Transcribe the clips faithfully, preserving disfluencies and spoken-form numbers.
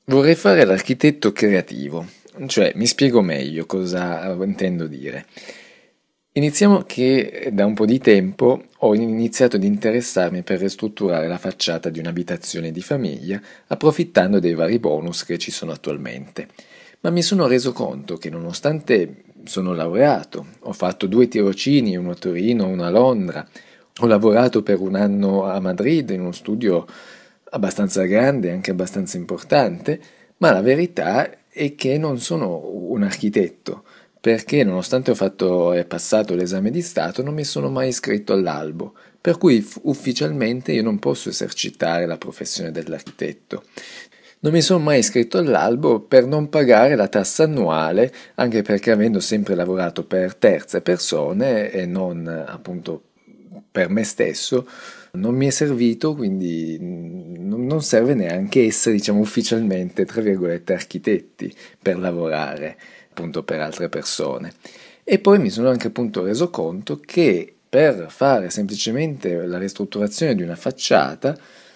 Vorrei fare l'architetto creativo, cioè mi spiego meglio cosa intendo dire. Iniziamo che da un po' di tempo ho iniziato ad interessarmi per ristrutturare la facciata di un'abitazione di famiglia, approfittando dei vari bonus che ci sono attualmente. Ma mi sono reso conto che nonostante sono laureato, ho fatto due tirocini, uno a Torino, uno a Londra, ho lavorato per un anno a Madrid in uno studio abbastanza grande e anche abbastanza importante, ma la verità è che non sono un architetto, perché nonostante ho fatto e passato l'esame di Stato non mi sono mai iscritto all'albo, per cui f- ufficialmente io non posso esercitare la professione dell'architetto. Non mi sono mai iscritto all'albo per non pagare la tassa annuale, anche perché avendo sempre lavorato per terze persone e non appunto per me stesso, non mi è servito, quindi non serve neanche essere, diciamo, ufficialmente, tra virgolette, architetti per lavorare appunto per altre persone. E poi mi sono anche appunto reso conto che per fare semplicemente la ristrutturazione di una facciata,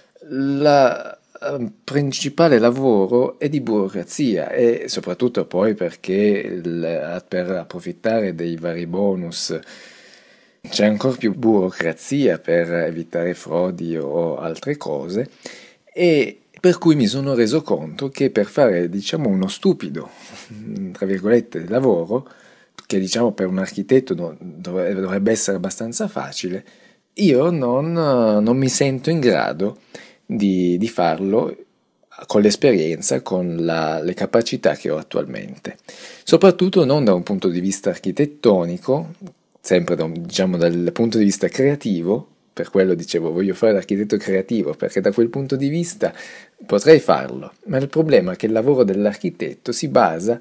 la eh, principale lavoro è di burocrazia e soprattutto poi perché il- per approfittare dei vari bonus c'è ancora più burocrazia per evitare frodi o altre cose e per cui mi sono reso conto che per fare, diciamo, uno stupido, tra virgolette, lavoro, che diciamo per un architetto no- dov- dovrebbe essere abbastanza facile, io non, non mi sento in grado di, di farlo con l'esperienza, con la- le capacità che ho attualmente. Soprattutto non da un punto di vista architettonico, sempre da un- diciamo dal punto di vista creativo, per quello dicevo voglio fare l'architetto creativo, perché da quel punto di vista potrei farlo, ma il problema è che il lavoro dell'architetto si basa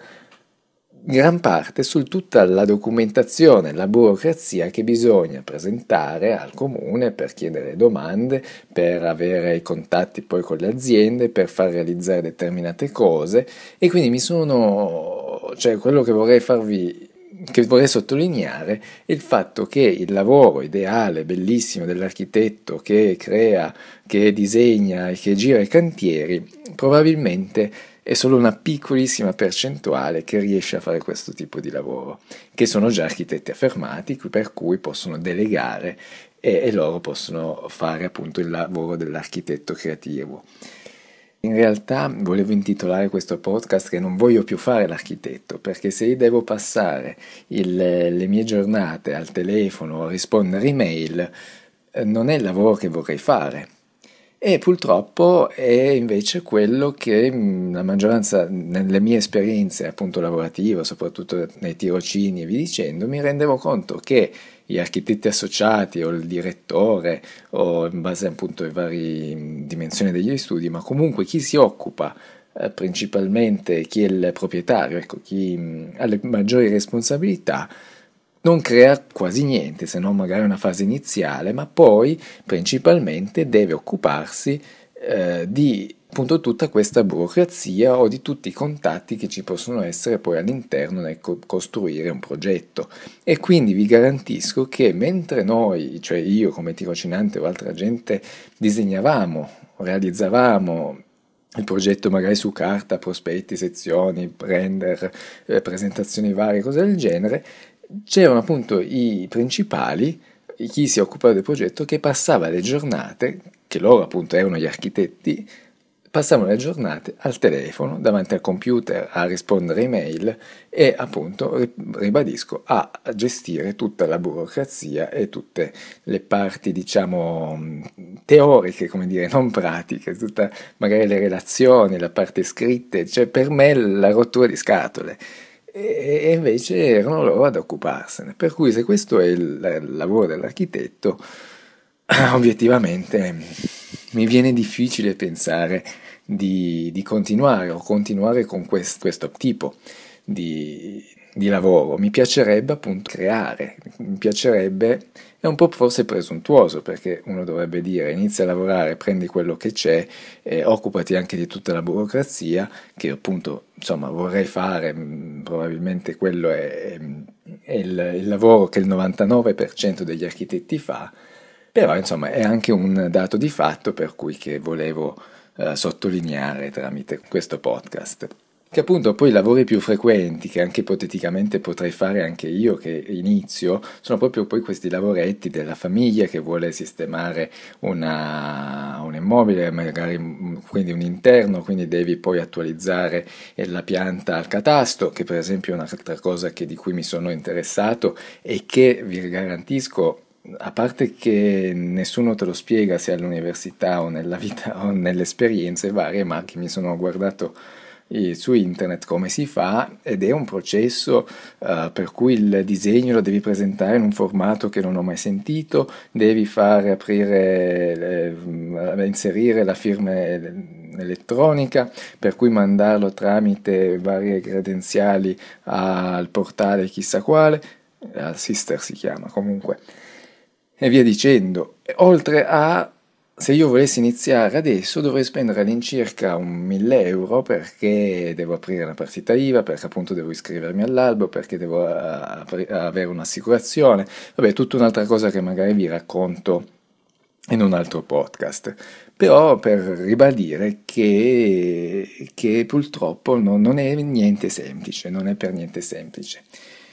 gran parte su tutta la documentazione, la burocrazia che bisogna presentare al comune per chiedere domande, per avere i contatti poi con le aziende, per far realizzare determinate cose e quindi mi sono, cioè quello che vorrei farvi, che vorrei sottolineare è il fatto che il lavoro ideale, bellissimo dell'architetto che crea, che disegna e che gira i cantieri, probabilmente è solo una piccolissima percentuale che riesce a fare questo tipo di lavoro, che sono già architetti affermati, per cui possono delegare e, e loro possono fare appunto il lavoro dell'architetto creativo. In realtà volevo intitolare questo podcast che non voglio più fare l'architetto, perché se io devo passare il- le mie giornate al telefono a rispondere email, eh, non è il lavoro che vorrei fare. E purtroppo è invece quello che mh, la maggioranza, nelle mie esperienze appunto lavorative, soprattutto nei tirocini e vi dicendo, mi rendevo conto che gli architetti associati o il direttore o in base appunto alle varie dimensioni degli studi, ma comunque chi si occupa eh, principalmente, chi è il proprietario, ecco, chi mh, ha le maggiori responsabilità, non crea quasi niente, se non magari una fase iniziale, ma poi principalmente deve occuparsi eh, di appunto tutta questa burocrazia o di tutti i contatti che ci possono essere poi all'interno nel co- costruire un progetto. E quindi vi garantisco che mentre noi, cioè io come tirocinante o altra gente, disegnavamo, realizzavamo il progetto magari su carta, prospetti, sezioni, render, eh, presentazioni varie, cose del genere, c'erano appunto i principali, chi si occupava del progetto, che passava le giornate, che loro appunto erano gli architetti, passavano le giornate al telefono, davanti al computer, a rispondere email e appunto, ribadisco, a gestire tutta la burocrazia e tutte le parti, diciamo, teoriche, come dire, non pratiche, tutta magari le relazioni, la parte scritte, cioè per me la rottura di scatole e invece erano loro ad occuparsene. Per cui se questo è il, il lavoro dell'architetto, obiettivamente mi viene difficile pensare di, di continuare o continuare con quest- questo tipo di, di lavoro. Mi piacerebbe appunto creare, mi piacerebbe, è un po' forse presuntuoso perché uno dovrebbe dire inizia a lavorare, prendi quello che c'è, eh, occupati anche di tutta la burocrazia che appunto insomma vorrei fare, mh, probabilmente quello è, è il, il lavoro che il novantanove per cento degli architetti fa, però insomma è anche un dato di fatto per cui che volevo eh, sottolineare tramite questo podcast. Che appunto poi i lavori più frequenti, che anche ipoteticamente potrei fare anche io che inizio, sono proprio poi questi lavoretti della famiglia che vuole sistemare una, un immobile, magari quindi un interno, quindi devi poi attualizzare la pianta al catasto, che per esempio è un'altra cosa che, di cui mi sono interessato e che vi garantisco, a parte che nessuno te lo spiega sia all'università o nella vita o nelle esperienze varie, ma che mi sono guardato su internet come si fa, ed è un processo uh, per cui il disegno lo devi presentare in un formato che non ho mai sentito, devi fare aprire, le, inserire la firma elettronica, per cui mandarlo tramite varie credenziali al portale chissà quale, al Sister si chiama comunque, e via dicendo. Oltre a, se io volessi iniziare adesso dovrei spendere all'incirca un mille euro perché devo aprire la partita I V A, perché appunto devo iscrivermi all'albo, perché devo uh, avere un'assicurazione, vabbè, tutta un'altra cosa che magari vi racconto in un altro podcast. Però per ribadire che, che purtroppo non, non è niente semplice, non è per niente semplice.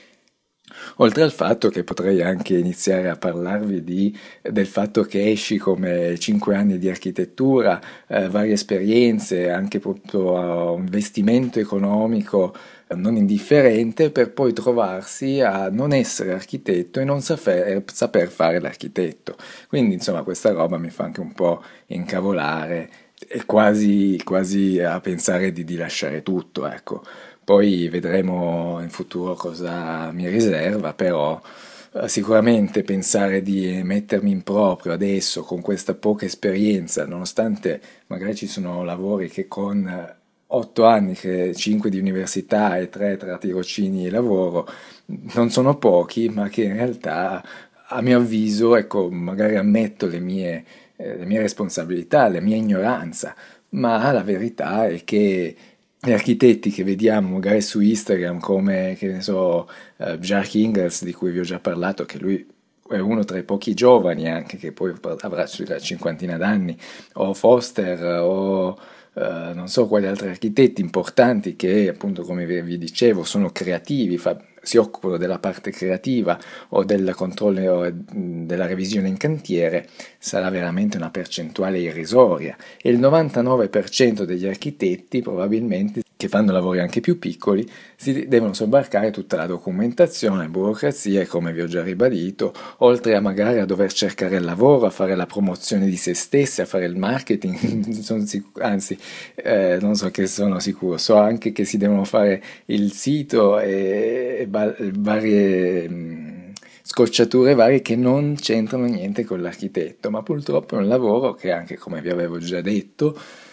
Oltre al fatto che potrei anche iniziare a parlarvi di, del fatto che esci come cinque anni di architettura, eh, varie esperienze, anche proprio un investimento economico eh, non indifferente, per poi trovarsi a non essere architetto e non saper, saper fare l'architetto. Quindi insomma questa roba mi fa anche un po' incavolare e quasi, quasi a pensare di, di lasciare tutto, ecco. Poi vedremo in futuro cosa mi riserva, però eh, sicuramente pensare di mettermi in proprio adesso con questa poca esperienza, nonostante magari ci sono lavori che con otto anni, che cinque di università e tre tra tirocini e lavoro, non sono pochi, ma che in realtà a mio avviso, ecco, magari ammetto le mie, eh, le mie responsabilità, la mia ignoranza, ma la verità è che gli architetti che vediamo magari su Instagram come, che ne so, uh, Jack Ingels, di cui vi ho già parlato, che lui è uno tra i pochi giovani anche, che poi avrà sulla cinquantina d'anni, o Foster, o uh, non so quali altri architetti importanti che appunto, come vi dicevo, sono creativi, fa, si occupano della parte creativa o del controllo o della revisione in cantiere, sarà veramente una percentuale irrisoria, e il novantanove per cento degli architetti probabilmente, che fanno lavori anche più piccoli, si devono sobbarcare tutta la documentazione, burocrazia, e come vi ho già ribadito, oltre a magari a dover cercare il lavoro, a fare la promozione di se stessi, a fare il marketing, sono sicuro, anzi eh, non so che sono sicuro, so anche che si devono fare il sito e, e ba- varie mh, scocciature varie che non c'entrano niente con l'architetto, ma purtroppo è un lavoro che, anche come vi avevo già detto,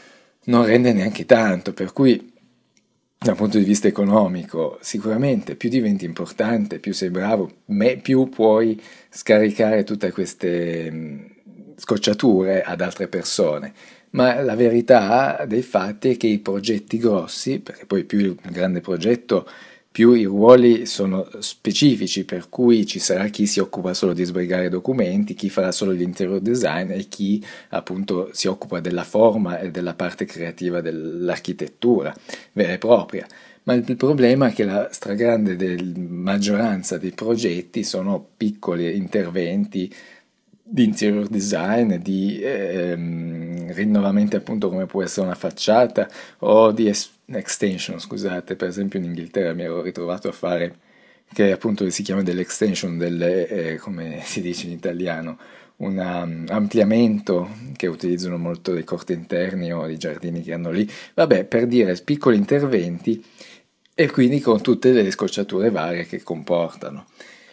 non rende neanche tanto, per cui dal punto di vista economico sicuramente più diventi importante, più sei bravo, me, più puoi scaricare tutte queste mh, scocciature ad altre persone. Ma la verità dei fatti è che i progetti grossi, perché poi più il grande progetto, più i ruoli sono specifici, per cui ci sarà chi si occupa solo di sbrigare documenti, chi farà solo l'interior design e chi appunto si occupa della forma e della parte creativa dell'architettura vera e propria. Ma il problema è che la stragrande del, maggioranza dei progetti sono piccoli interventi di interior design, di ehm, rinnovamenti appunto come può essere una facciata o di es- extension, scusate, per esempio in Inghilterra mi ero ritrovato a fare, che appunto si chiama dell'extension, delle, eh, come si dice in italiano, un um, ampliamento che utilizzano molto dei corti interni o dei giardini che hanno lì, vabbè, per dire piccoli interventi, e quindi con tutte le scocciature varie che comportano.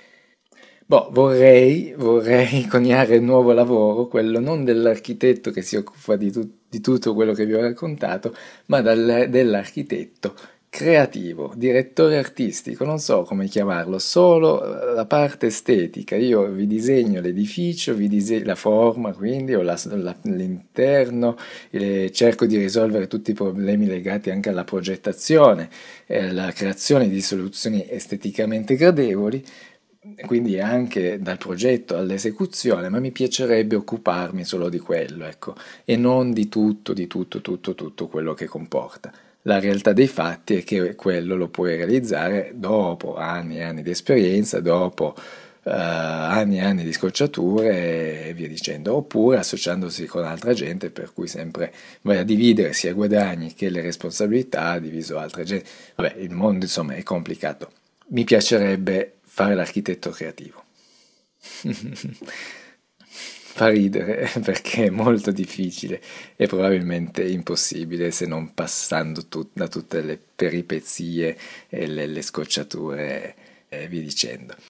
Boh, vorrei, vorrei coniare il nuovo lavoro, quello non dell'architetto che si occupa di, tu- di tutto quello che vi ho raccontato, ma dal- dell'architetto creativo, direttore artistico, non so come chiamarlo, solo eh, la parte estetica. Io vi disegno l'edificio, vi disegno la forma, quindi, o la- la- l'interno, eh, cerco di risolvere tutti i problemi legati anche alla progettazione e alla creazione di soluzioni esteticamente gradevoli. quindi anche dal progetto all'esecuzione, ma mi piacerebbe occuparmi solo di quello, ecco, e non di tutto, di tutto, tutto, tutto quello che comporta. La realtà dei fatti è che quello lo puoi realizzare dopo anni e anni di esperienza, dopo eh, anni e anni di scocciature e via dicendo, oppure associandosi con altra gente, per cui sempre vai a dividere sia guadagni che le responsabilità, diviso altra gente. Vabbè, il mondo insomma è complicato. Mi piacerebbe fare l'architetto creativo. Fa ridere perché è molto difficile e probabilmente impossibile se non passando tut- da tutte le peripezie e le, le scocciature e via dicendo.